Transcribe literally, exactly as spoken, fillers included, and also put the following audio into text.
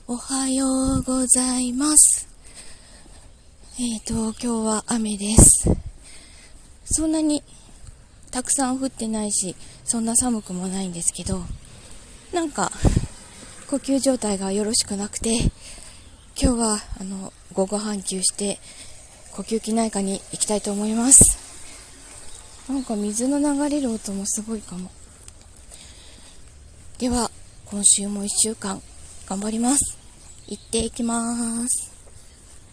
おはようございます。えーと、今日は雨です。そんなにたくさん降ってないし、そんな寒くもないんですけど、なんか呼吸状態がよろしくなくて、今日はあの午後半休して呼吸器内科に行きたいと思います。なんか水の流れる音もすごいかも。では今週もいっしゅうかん頑張ります。行ってきます。